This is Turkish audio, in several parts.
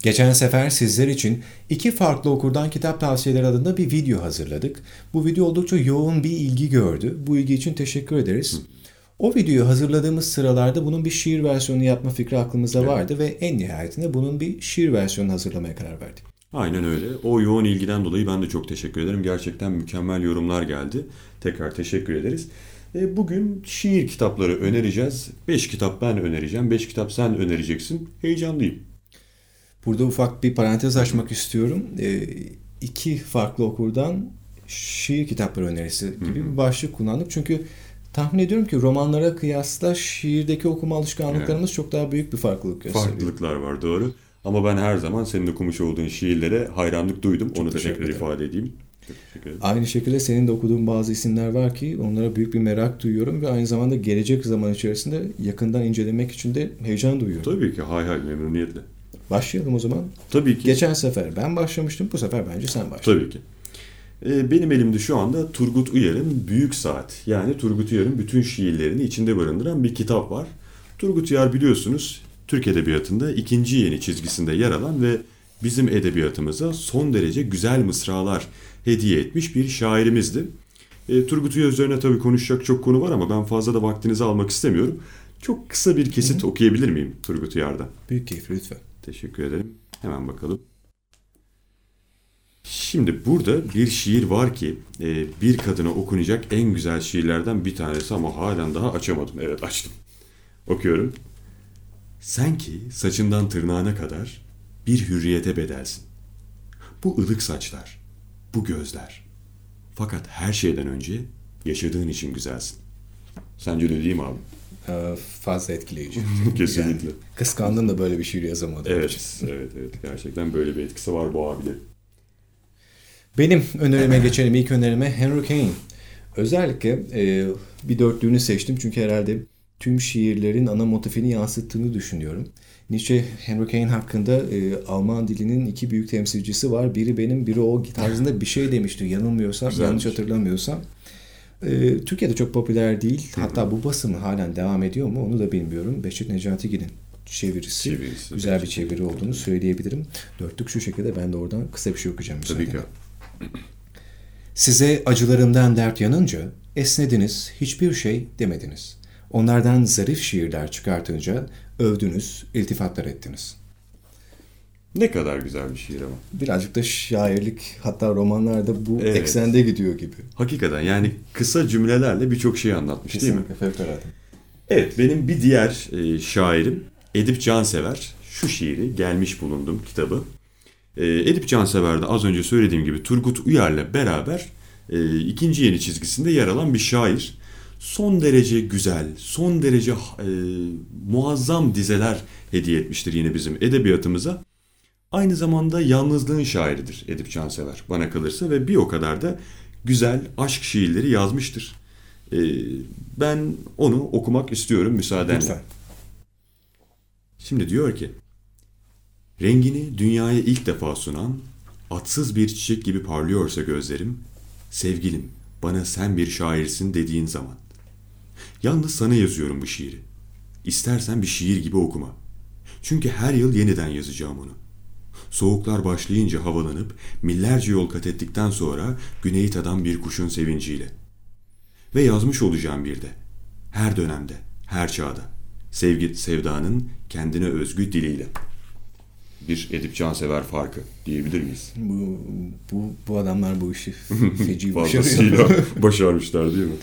Geçen sefer sizler için iki farklı okurdan kitap tavsiyeleri adında bir video hazırladık. Bu video oldukça yoğun bir ilgi gördü. Bu ilgi için teşekkür ederiz. O videoyu hazırladığımız sıralarda bunun bir şiir versiyonu yapma fikri aklımızda vardı ve en nihayetinde bunun bir şiir versiyonu hazırlamaya karar verdik. Aynen öyle. O yoğun ilgiden dolayı ben de çok teşekkür ederim. Gerçekten mükemmel yorumlar geldi. Tekrar teşekkür ederiz. Bugün şiir kitapları önereceğiz. 5 kitap ben önereceğim, 5 kitap sen önereceksin. Heyecanlıyım. Burada ufak bir parantez açmak istiyorum. İki farklı okurdan şiir kitapları önerisi gibi bir başlık kullandık. Çünkü tahmin ediyorum ki romanlara kıyasla şiirdeki okuma alışkanlıklarımız çok daha büyük bir farklılık gösteriyor. Farklılıklar var, doğru. Ama ben her zaman senin okumuş olduğun şiirlere hayranlık duydum. Çok Onu da teşekkür tekrar ederim. ifade edeyim. Çok teşekkür ederim. Aynı şekilde senin de okuduğun bazı isimler var ki onlara büyük bir merak duyuyorum ve aynı zamanda gelecek zaman içerisinde yakından incelemek için de heyecan duyuyorum. Tabii ki, hay memnuniyetle. Başlayalım o zaman. Tabii ki. Geçen sefer ben başlamıştım, bu sefer bence sen başla. Tabii ki. Benim elimde şu anda Turgut Uyar'ın Büyük Saat. Yani Turgut Uyar'ın bütün şiirlerini içinde barındıran bir kitap var. Turgut Uyar biliyorsunuz Türk Edebiyatı'nda ikinci yeni çizgisinde yer alan ve bizim edebiyatımıza son derece güzel mısralar hediye etmiş bir şairimizdi. Turgut Uyar üzerine tabii konuşacak çok konu var ama ben fazla da vaktinizi almak istemiyorum. Çok kısa bir kesit okuyabilir miyim Turgut Uyar'dan? Büyük keyif lütfen. Teşekkür ederim. Hemen bakalım. Şimdi burada bir şiir var ki bir kadına okunacak en güzel şiirlerden bir tanesi ama halen daha açamadım. Evet, açtım. Okuyorum. Sen ki saçından tırnağına kadar bir hürriyete bedelsin. Bu ılık saçlar, bu gözler. Fakat her şeyden önce yaşadığın için güzelsin. Sence de değil mi abi? Fazla etkileyici. Kesinlikle. Yani, kıskandım da böyle bir şiir yazamadım. Evet. Gerçekten böyle bir etkisi var bu abilerin. Benim önerime geçelim. İlk önerime Henry Kane. Özellikle bir dörtlüğünü seçtim çünkü herhalde tüm şiirlerin ana motifini yansıttığını düşünüyorum. Nietzsche, Henry Kane hakkında Alman dilinin iki büyük temsilcisi var. Biri benim, biri o tarzında bir şey demişti. Yanılmıyorsam, Güzelmiş. yanlış hatırlamıyorsam. Türkiye'de çok popüler değil. Hatta bu basımı halen devam ediyor mu onu da bilmiyorum. Behçet Necatigil'in çevirisi güzel bir çeviri olduğunu söyleyebilirim. Dörtlük şu şekilde, ben de oradan kısa bir şey okuyacağım. Tabii ki. Size acılarımdan dert yanınca esnediniz, hiçbir şey demediniz. Onlardan zarif şiirler çıkartınca övdünüz, iltifatlar ettiniz. Ne kadar güzel bir şiir ama. Birazcık da şairlik, hatta romanlarda bu Evet. eksende gidiyor gibi. Hakikaten yani kısa cümlelerle birçok şey anlatmış. Kesinlikle, değil mi? fevkalade. Evet, benim bir diğer şairim Edip Cansever. Şu şiiri Gelmiş Bulundum kitabı. Edip Cansever de az önce söylediğim gibi Turgut Uyar'la beraber ikinci yeni çizgisinde yer alan bir şair. Son derece güzel, son derece muazzam dizeler hediye etmiştir yine bizim edebiyatımıza. Aynı zamanda yalnızlığın şairidir Edip Cansever bana kalırsa ve bir o kadar da güzel aşk şiirleri yazmıştır. Ben onu okumak istiyorum müsaadenle. Lütfen. Şimdi diyor ki, rengini dünyaya ilk defa sunan, atsız bir çiçek gibi parlıyorsa gözlerim, sevgilim bana sen bir şairsin dediğin zaman. Yalnız sana yazıyorum bu şiiri. İstersen bir şiir gibi okuma. Çünkü her yıl yeniden yazacağım onu. Soğuklar başlayınca havalanıp millerce yol kat ettikten sonra güneyi tadan bir kuşun sevinciyle. Ve yazmış olacağım bir de. Her dönemde, her çağda. Sevgi sevdanın kendine özgü diliyle. Bir Edip Cansever farkı diyebilir miyiz? Bu adamlar bu işi feci Fazlasıyla başarıyor. başarmışlar değil mi?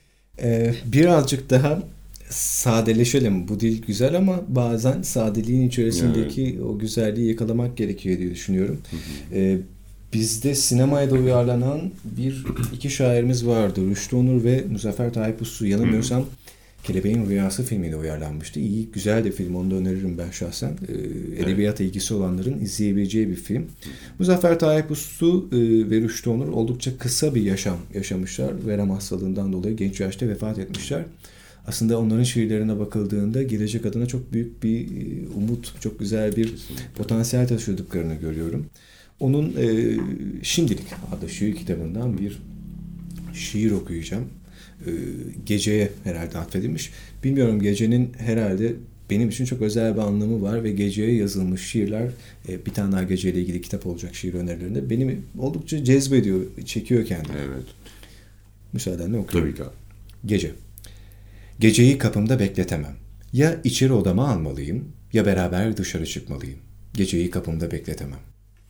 Birazcık daha sadeleşelim. Bu dil güzel ama bazen sadeliğin içerisindeki o güzelliği yakalamak gerekiyor diye düşünüyorum. Bizde sinemaya da uyarlanan iki şairimiz vardı. Rüştü Onur ve Muzaffer Tayyip Uslu. Yanılmıyorsam Kelebeğin Rüyası filmiyle uyarlanmıştı. İyi, güzel de film. Onu da öneririm ben şahsen. Edebiyata ilgisi olanların izleyebileceği bir film. Muzaffer Tayyip Uslu ve Rüştü Onur oldukça kısa bir yaşam yaşamışlar. Verem hastalığından dolayı genç yaşta vefat etmişler. Aslında onların şiirlerine bakıldığında gelecek adına çok büyük bir umut, çok güzel bir potansiyel taşıdıklarını görüyorum. Onun Şimdilik adlı şiir kitabından bir şiir okuyacağım. Geceye herhalde atfedilmiş. Bilmiyorum, gecenin herhalde benim için çok özel bir anlamı var ve geceye yazılmış şiirler, bir tane daha geceyle ilgili kitap olacak şiir önerilerinde, beni oldukça cezbediyor, çekiyor kendini. Evet. Müsaadenle okuyorum. Tabii ki. Gece. Geceyi kapımda bekletemem. Ya içeri odama almalıyım ya beraber dışarı çıkmalıyım. Geceyi kapımda bekletemem.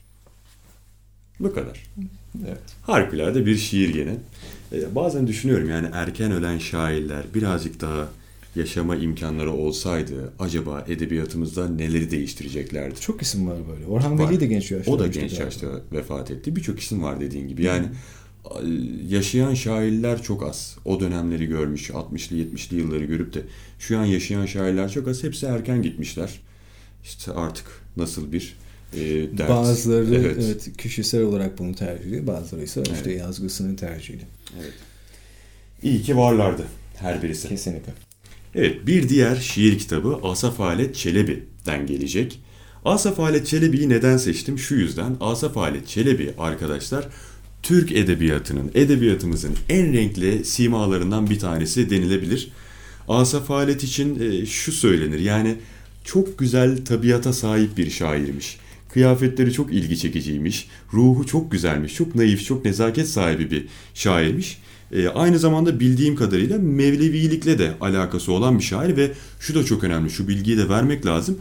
Bu kadar. Evet. Harikulade bir şiir gene. Bazen düşünüyorum yani erken ölen şairler birazcık daha yaşama imkanları olsaydı acaba edebiyatımızda neleri değiştireceklerdi? Çok isim var böyle. Orhan Veli de genç yaşta. O da genç yaşta vefat etti. Birçok isim var dediğin gibi. Yani yaşayan şairler çok az. O dönemleri görmüş, 60'lı 70'li yılları görüp de şu an yaşayan şairler çok az. Hepsi erken gitmişler. İşte artık nasıl bir dert. Bazıları evet, kişisel olarak bunu tercih ediyor. Bazıları ise işte yazgısını tercih ediyor. Evet. İyi ki varlardı her birisi. Kesinlikle. Evet, bir diğer şiir kitabı Asaf Halet Çelebi'den gelecek. Asaf Halet Çelebi'yi neden seçtim? Şu yüzden. Asaf Halet Çelebi arkadaşlar Türk edebiyatımızın en renkli simalarından bir tanesi denilebilir. Asaf Halet için şu söylenir, yani çok güzel tabiata sahip bir şairmiş. Kıyafetleri çok ilgi çekiciymiş, ruhu çok güzelmiş, çok naif, çok nezaket sahibi bir şairmiş. Aynı zamanda bildiğim kadarıyla Mevlevilikle de alakası olan bir şair ve şu da çok önemli, şu bilgiyi de vermek lazım.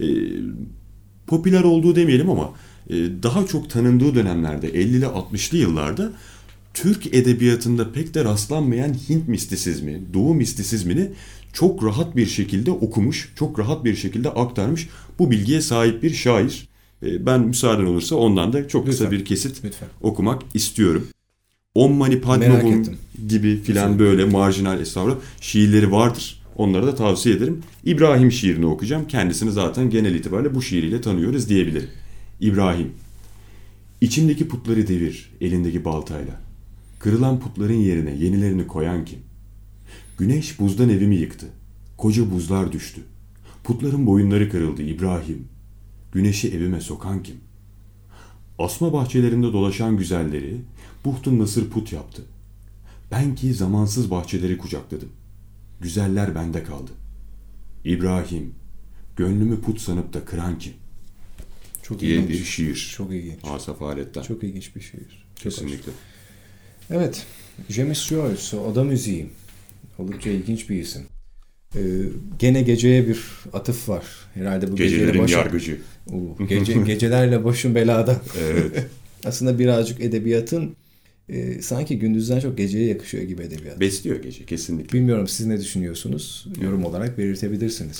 Popüler olduğu demeyelim ama daha çok tanındığı dönemlerde 50'li 60'lı yıllarda Türk edebiyatında pek de rastlanmayan Hint mistisizmi, Doğu mistisizmini çok rahat bir şekilde okumuş, çok rahat bir şekilde aktarmış bu bilgiye sahip bir şair. Ben müsaaden olursa ondan da çok kısa bir kesit okumak istiyorum. Om Mani Padme Hum gibi filan böyle marjinal estağfurullah şiirleri vardır. Onları da tavsiye ederim. İbrahim şiirini okuyacağım. Kendisini zaten genel itibariyle bu şiiriyle tanıyoruz diyebilirim. İbrahim. İçimdeki putları devir elindeki baltayla. Kırılan putların yerine yenilerini koyan kim? Güneş buzdan evimi yıktı. Koca buzlar düştü. Putların boyunları kırıldı İbrahim. Güneşi evime sokan kim? Asma bahçelerinde dolaşan güzelleri Buhtun Nasır put yaptı. Ben ki zamansız bahçeleri kucakladım. Güzeller bende kaldı. İbrahim, gönlümü put sanıp da kıran kim? Çok diye ilginç. bir şiir. Çok ilginç. Asaf Halet'ten. Çok ilginç bir şiir. Kesinlikle. Evet. James Joyce, Oda Müziği. Oldukça ilginç bir isim. Gene geceye bir atıf var. Herhalde bu gecelerin yargıcı. Gecelerle başım belada. Evet. Aslında birazcık edebiyatın sanki gündüzden çok geceye yakışıyor gibi edebiyat. Besliyor gece kesinlikle. Bilmiyorum siz ne düşünüyorsunuz? Yorum olarak belirtebilirsiniz.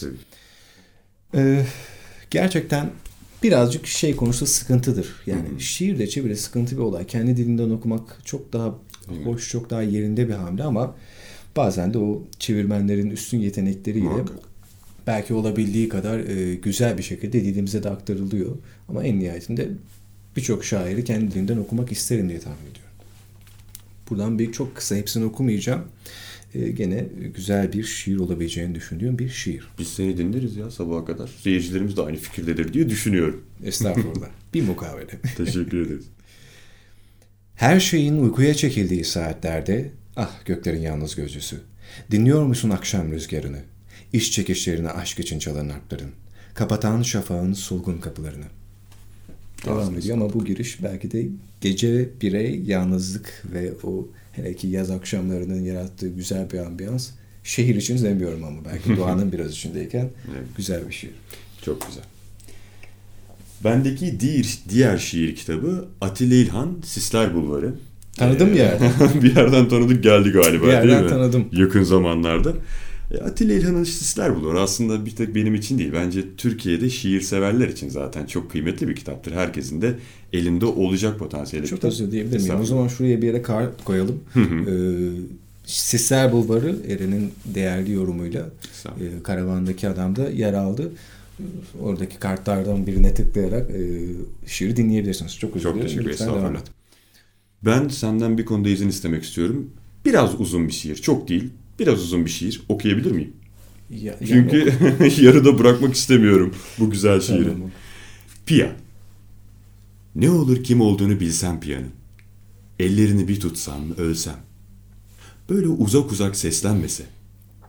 Gerçekten birazcık şey konusu sıkıntıdır. Yani şiirle çeviri sıkıntı bir olay. Kendi dilinden okumak çok daha hoş, çok daha yerinde bir hamle ama bazen de o çevirmenlerin üstün yetenekleriyle belki olabildiği kadar güzel bir şekilde dilimize de aktarılıyor. Ama en nihayetinde birçok şairi kendi dilinden okumak isterim diye tahmin ediyorum. Buradan bir çok kısa hepsini okumayacağım. Gene güzel bir şiir olabileceğini düşündüğüm bir şiir. Biz seni dinleriz ya sabaha kadar. Seyircilerimiz de aynı fikirdedir diye düşünüyorum. Estağfurullah. Bir mukavele. Teşekkür ederiz. Her şeyin uykuya çekildiği saatlerde, ah göklerin yalnız gözcüsü, dinliyor musun akşam rüzgarını, iş çekişlerini aşk için çalan harplerin, kapatan şafağın solgun kapılarını. Devam ediyor ama bu giriş belki de gece, birey, yalnızlık ve o hele ki yaz akşamlarının yarattığı güzel bir ambiyans. Şehir için demiyorum ama belki doğanın biraz içindeyken güzel bir şiir. Çok güzel. Bendeki diğer şiir kitabı Atilla İlhan Sisler Bulvarı. Tanıdım bir yerden. Bir yerden tanıdık geldi galiba bir yerden değil mi? Tanıdım. Yakın zamanlarda. Atilla İlhan'ın Sisler Bulvarı aslında bir tek benim için değil. Bence Türkiye'de şiir severler için zaten çok kıymetli bir kitaptır. Herkesin de elinde olacak potansiyeli. Çok özür diyebilir miyim? O zaman şuraya bir yere kart koyalım. Sisler Bulvarı Eren'in değerli yorumuyla Karavandaki Adam da yer aldı. Oradaki kartlardan birine tıklayarak şiiri dinleyebilirsiniz. Çok özür dilerim. Çok teşekkür ederim. Ben senden bir konuda izin istemek istiyorum. Biraz uzun bir şiir. Çok değil. Biraz uzun bir şiir. Okuyabilir miyim? Çünkü yarıda bırakmak istemiyorum bu güzel şiiri. Tamam. Pia. Ne olur kim olduğunu bilsem Pia'nın. Ellerini bir tutsam, ölsem. Böyle uzak uzak seslenmese.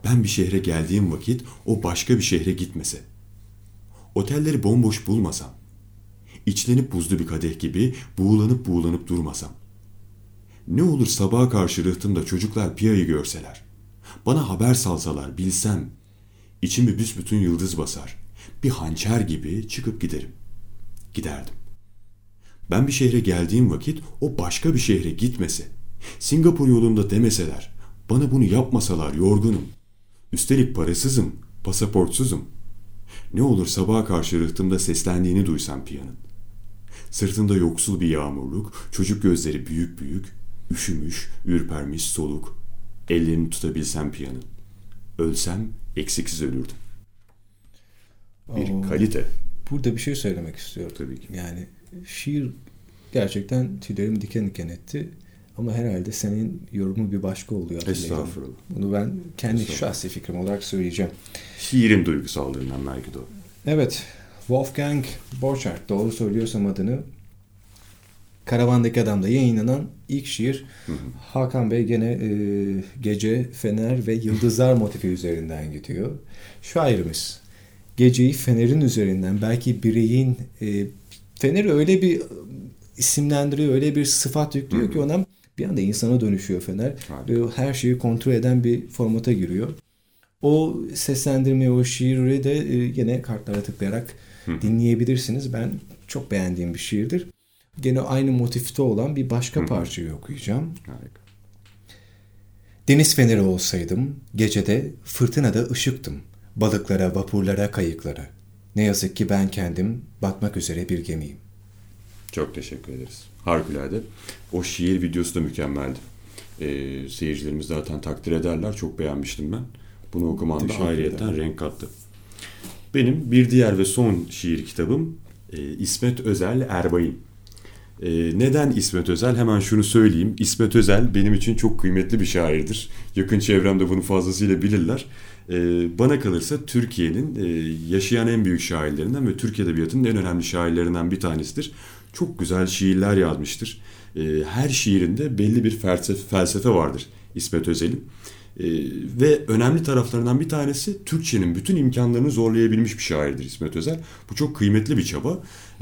Ben bir şehre geldiğim vakit o başka bir şehre gitmese. Otelleri bomboş bulmasam. İçlenip buzlu bir kadeh gibi buğulanıp durmasam. Ne olur sabaha karşı rıhtımda çocuklar Pia'yı görseler. Bana haber salsalar, bilsem. İçimi büsbütün yıldız basar. Bir hançer gibi çıkıp giderim. Giderdim. Ben bir şehre geldiğim vakit o başka bir şehre gitmese. Singapur yolunda demeseler. Bana bunu yapmasalar yorgunum. Üstelik parasızım, pasaportsuzum. Ne olur sabaha karşı rıhtımda seslendiğini duysam Pia'nın. Sırtında yoksul bir yağmurluk, çocuk gözleri büyük büyük, üşümüş, ürpermiş, soluk. Ellerini tutabilsem Pia'nın. Ölsem eksiksiz ölürdüm. Bir kalite. Burada bir şey söylemek istiyorum. Tabii ki. Yani şiir gerçekten tüylerimi diken diken etti. Ama herhalde senin yorumun bir başka oluyor. Estağfurullah. Bunu ben kendi şahsi fikrim olarak söyleyeceğim. Şiirin duygusallığından belki de o. Evet. Wolfgang Borchardt, doğru söylüyorsam adını, Karavandaki Adam'da yayınlanan ilk şiir. Hakan Bey gene gece, fener ve yıldızlar motifi üzerinden gidiyor. Şairimiz geceyi fenerin üzerinden, belki bireyin feneri öyle bir isimlendiriyor, öyle bir sıfat yüklüyor ki ona bir anda insana dönüşüyor fener. Ve her şeyi kontrol eden bir formata giriyor. O seslendirmeyi, o şiiri de yine kartlara tıklayarak dinleyebilirsiniz. Ben çok beğendiğim bir şiirdir. Gene aynı motifte olan bir başka parçayı okuyacağım. Harika. Deniz feneri olsaydım, gecede fırtınada ışıktım. Balıklara, vapurlara, kayıklara. Ne yazık ki ben kendim batmak üzere bir gemiyim. Çok teşekkür ederiz. Harikulade. O şiir videosu da mükemmeldi. Seyircilerimiz zaten takdir ederler. Çok beğenmiştim ben. Bunu okumanda ayrıyeten renk kattı. Benim bir diğer ve son şiir kitabım İsmet Özel Erbay'ın. Neden İsmet Özel? Hemen şunu söyleyeyim. İsmet Özel benim için çok kıymetli bir şairdir. Yakın çevremde bunu fazlasıyla bilirler. Bana kalırsa Türkiye'nin yaşayan en büyük şairlerinden ve Türk Edebiyatı'nın en önemli şairlerinden bir tanesidir. Çok güzel şiirler yazmıştır. Her şiirinde belli bir felsefe vardır İsmet Özel'in. Ve önemli taraflarından bir tanesi Türkçenin bütün imkanlarını zorlayabilmiş bir şairdir İsmet Özel. Bu çok kıymetli bir çaba.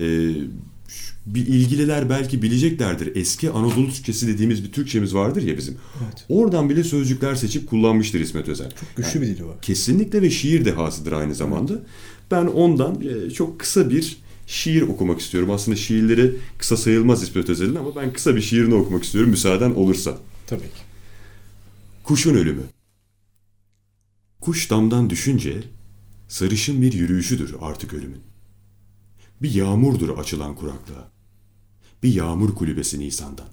Bir ilgililer belki bileceklerdir. Eski Anadolu Türkçesi dediğimiz bir Türkçemiz vardır ya bizim. Evet. Oradan bile sözcükler seçip kullanmıştır İsmet Özel. Çok güçlü bir dili var. Kesinlikle ve şiir dehasıdır aynı zamanda. Evet. Ben ondan çok kısa bir şiir okumak istiyorum. Aslında şiirleri kısa sayılmaz İsmet Özel'in ama ben kısa bir şiirini okumak istiyorum müsaaden olursa. Tabii ki. Kuşun ölümü. Kuş damdan düşünce sarışın bir yürüyüşüdür artık ölümün. Bir yağmurdur açılan kuraklığa. Bir yağmur kulübesi Nisan'dan.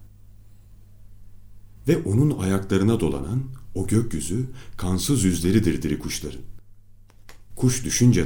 Ve onun ayaklarına dolanan o gökyüzü kansız yüzleridir diri kuşların. Kuş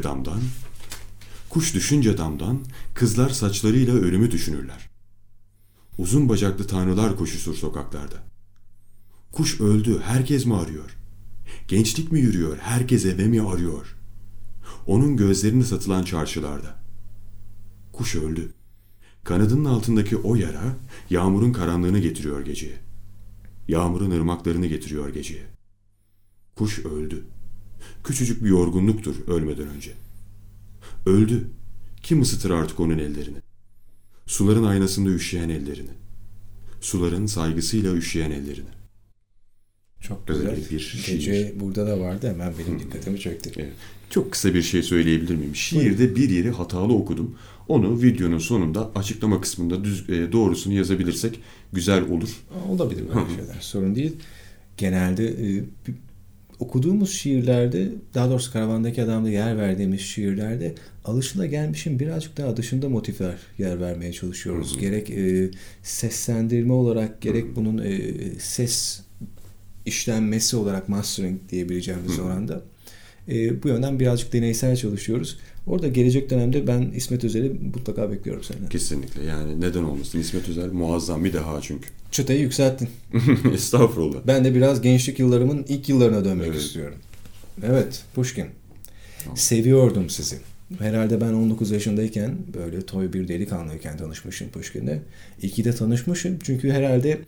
düşünce damdan kızlar saçlarıyla ölümü düşünürler. Uzun bacaklı tanrılar koşuşur sokaklarda. Kuş öldü, herkes mi arıyor? Gençlik mi yürüyor, herkes eve mi arıyor? Onun gözlerini satılan çarşılarda. Kuş öldü. Kanadının altındaki o yara yağmurun karanlığını getiriyor geceye. Yağmurun ırmaklarını getiriyor geceye. Kuş öldü. Küçücük bir yorgunluktur ölmeden önce. Öldü. Kim ısıtır artık onun ellerini? Suların aynasında üşüyen ellerini. Suların saygısıyla üşüyen ellerini. Çok güzel. Öyle bir şiir. Gece burada da vardı, hemen benim dikkatimi çekti. Evet. Çok kısa bir şey söyleyebilir miyim? Şiirde bir yeri hatalı okudum. Onu videonun sonunda açıklama kısmında doğrusunu yazabilirsek güzel olur. Olabilir böyle şeyler. Sorun değil. Genelde okuduğumuz şiirlerde, daha doğrusu Karavandaki Adam'da yer verdiğimiz şiirlerde alışılagelmişin birazcık daha dışında motifler yer vermeye çalışıyoruz. Gerek seslendirme olarak, gerek bunun ses işlenmesi olarak mastering diyebileceğimiz oranda. Bu yönden birazcık deneysel çalışıyoruz. Orada gelecek dönemde ben İsmet Özel'i mutlaka bekliyorum senden. Kesinlikle, yani neden olmasın. İsmet Özel muazzam bir deha çünkü. Çıtayı yükselttin. Estağfurullah. Ben de biraz gençlik yıllarımın ilk yıllarına dönmek istiyorum. Evet, Pushkin. Tamam. Seviyordum sizi. Herhalde ben 19 yaşındayken, böyle toy bir delikanlıyken tanışmışım Pushkin'le. İyi ki de tanışmışım çünkü herhalde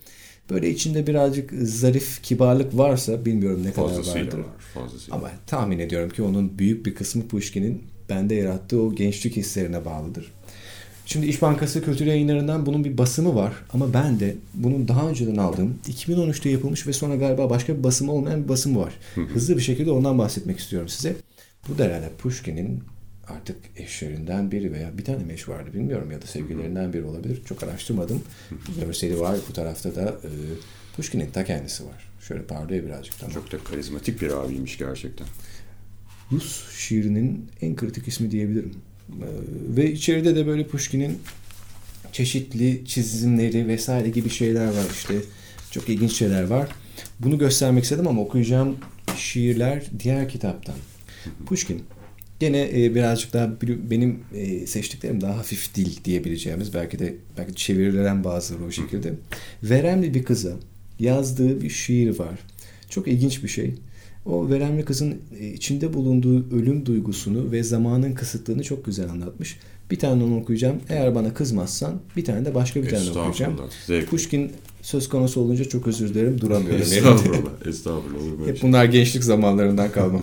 Böyle içinde birazcık zarif kibarlık varsa bilmiyorum ne kadar Fazlasıyla vardır. var. Fazlasıyla. Ama tahmin ediyorum ki onun büyük bir kısmı Pushkin'in bende yarattığı o gençlik hislerine bağlıdır. Şimdi İş Bankası Kültür Yayınları'ndan bunun bir basımı var ama ben de bunun daha önceden aldığım 2013'te yapılmış ve sonra galiba başka bir basımı olmayan bir basımı var. Hızlı bir şekilde ondan bahsetmek istiyorum size. Bu da herhalde Pushkin'in artık eşlerinden biri veya bir tane mi eş vardı bilmiyorum ya da sevgililerinden biri olabilir. Çok araştırmadım. Görseli var. Bu tarafta da Pushkin'in ta kendisi var. Şöyle parlıyor birazcık. Tamam. Çok da karizmatik bir abiymiş gerçekten. Rus şiirinin en kritik ismi diyebilirim. Ve içeride de böyle Pushkin'in çeşitli çizimleri vesaire gibi şeyler var işte. Çok ilginç şeyler var. Bunu göstermek istedim ama okuyacağım şiirler diğer kitaptan. Pushkin gene birazcık daha benim seçtiklerim daha hafif dil diyebileceğimiz belki de çevirilen bazıları o şekilde. Veremli bir kıza yazdığı bir şiir var. Çok ilginç bir şey. O veremli kızın içinde bulunduğu ölüm duygusunu ve zamanın kısıtlığını çok güzel anlatmış. Bir tane onu okuyacağım. Eğer bana kızmazsan bir tane de başka bir tane okuyacağım. Pushkin söz konusu olunca çok özür dilerim, duramıyorum. Estağfurullah. Olur hep bunlar gençlik zamanlarından kalma.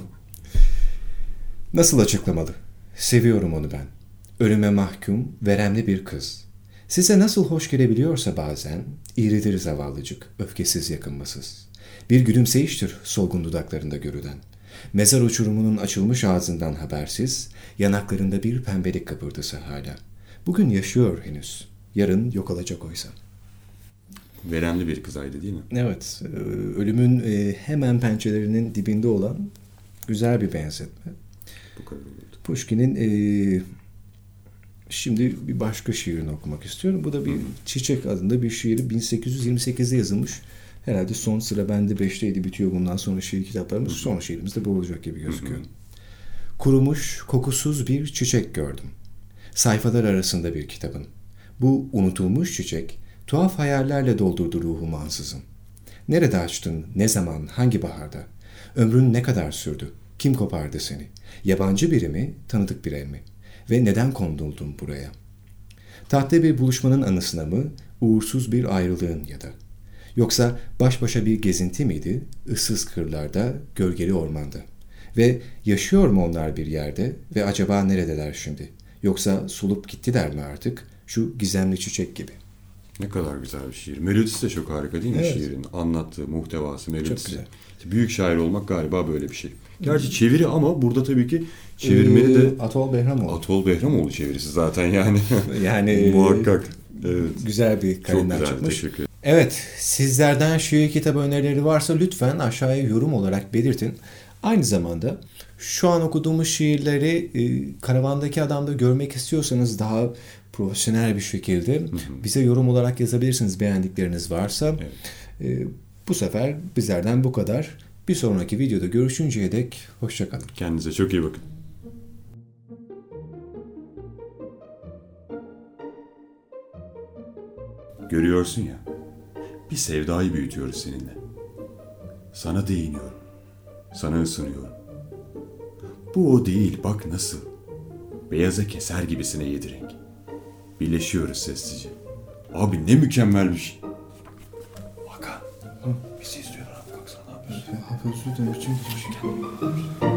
Nasıl açıklamalı? Seviyorum onu ben. Ölüme mahkum, veremli bir kız. Size nasıl hoş gelebiliyorsa bazen, iridir zavallıcık, öfkesiz yakınmasız. Bir gülümseyiştir solgun dudaklarında görülen. Mezar uçurumunun açılmış ağzından habersiz, yanaklarında bir pembelik kıpırdısı hala. Bugün yaşıyor henüz, yarın yok olacak oysa. Veremli bir kızaydı değil mi? Evet, ölümün hemen pençelerinin dibinde olan güzel bir benzetme. Bu kadar olurdu. Pushkin'in şimdi bir başka şiirini okumak istiyorum. Bu da bir Çiçek adında bir şiiri 1828'de yazılmış. Herhalde son sıra bende 5'teydi bitiyor bundan sonra şiir kitaplarımız. Son şiirimiz de bu olacak gibi gözüküyor. Kurumuş, kokusuz bir çiçek gördüm. Sayfalar arasında bir kitabın. Bu unutulmuş çiçek, tuhaf hayallerle doldurdu ruhumu ansızın. Nerede açtın, ne zaman, hangi baharda? Ömrün ne kadar sürdü? Kim kopardı seni? Yabancı biri mi, tanıdık bir el mi? Ve neden konduldun buraya? Tahta bir buluşmanın anısına mı, uğursuz bir ayrılığın ya da? Yoksa baş başa bir gezinti miydi, ıssız kırlarda, gölgeli ormanda? Ve yaşıyor mu onlar bir yerde ve acaba neredeler şimdi? Yoksa solup gittiler mi artık, şu gizemli çiçek gibi? Ne kadar güzel bir şiir. Melodisi de çok harika değil mi şiirin? Anlattığı muhtevası, melodisi. Çok güzel. Büyük şair olmak galiba böyle bir şey. Gerçi çeviri ama burada tabii ki çevirmeni de Atol Behramoğlu. Atol Behramoğlu çevirisi zaten yani. Yani muhakkak. Evet. Güzel bir kalemden çok güzel, çıkmış. teşekkür ederim. Evet, sizlerden şiir kitabı önerileri varsa lütfen aşağıya yorum olarak belirtin. Aynı zamanda şu an okuduğumuz şiirleri Karavandaki Adam'da görmek istiyorsanız daha profesyonel bir şekilde bize yorum olarak yazabilirsiniz beğendikleriniz varsa. Evet. Bu sefer bizlerden bu kadar. Bir sonraki videoda görüşünceye dek hoşça kalın. Kendinize çok iyi bakın. Görüyorsun ya, bir sevdayı büyütüyoruz seninle. Sana değiniyorum, sana ısınıyorum. Bu o değil, bak nasıl. Beyaza keser gibisine yedi renk. Birleşiyoruz sessizce. Abi ne mükemmel bir şey. Hakan, bizi izliyorlar abi, baksana ne yapıyorsun? Özür dilerim.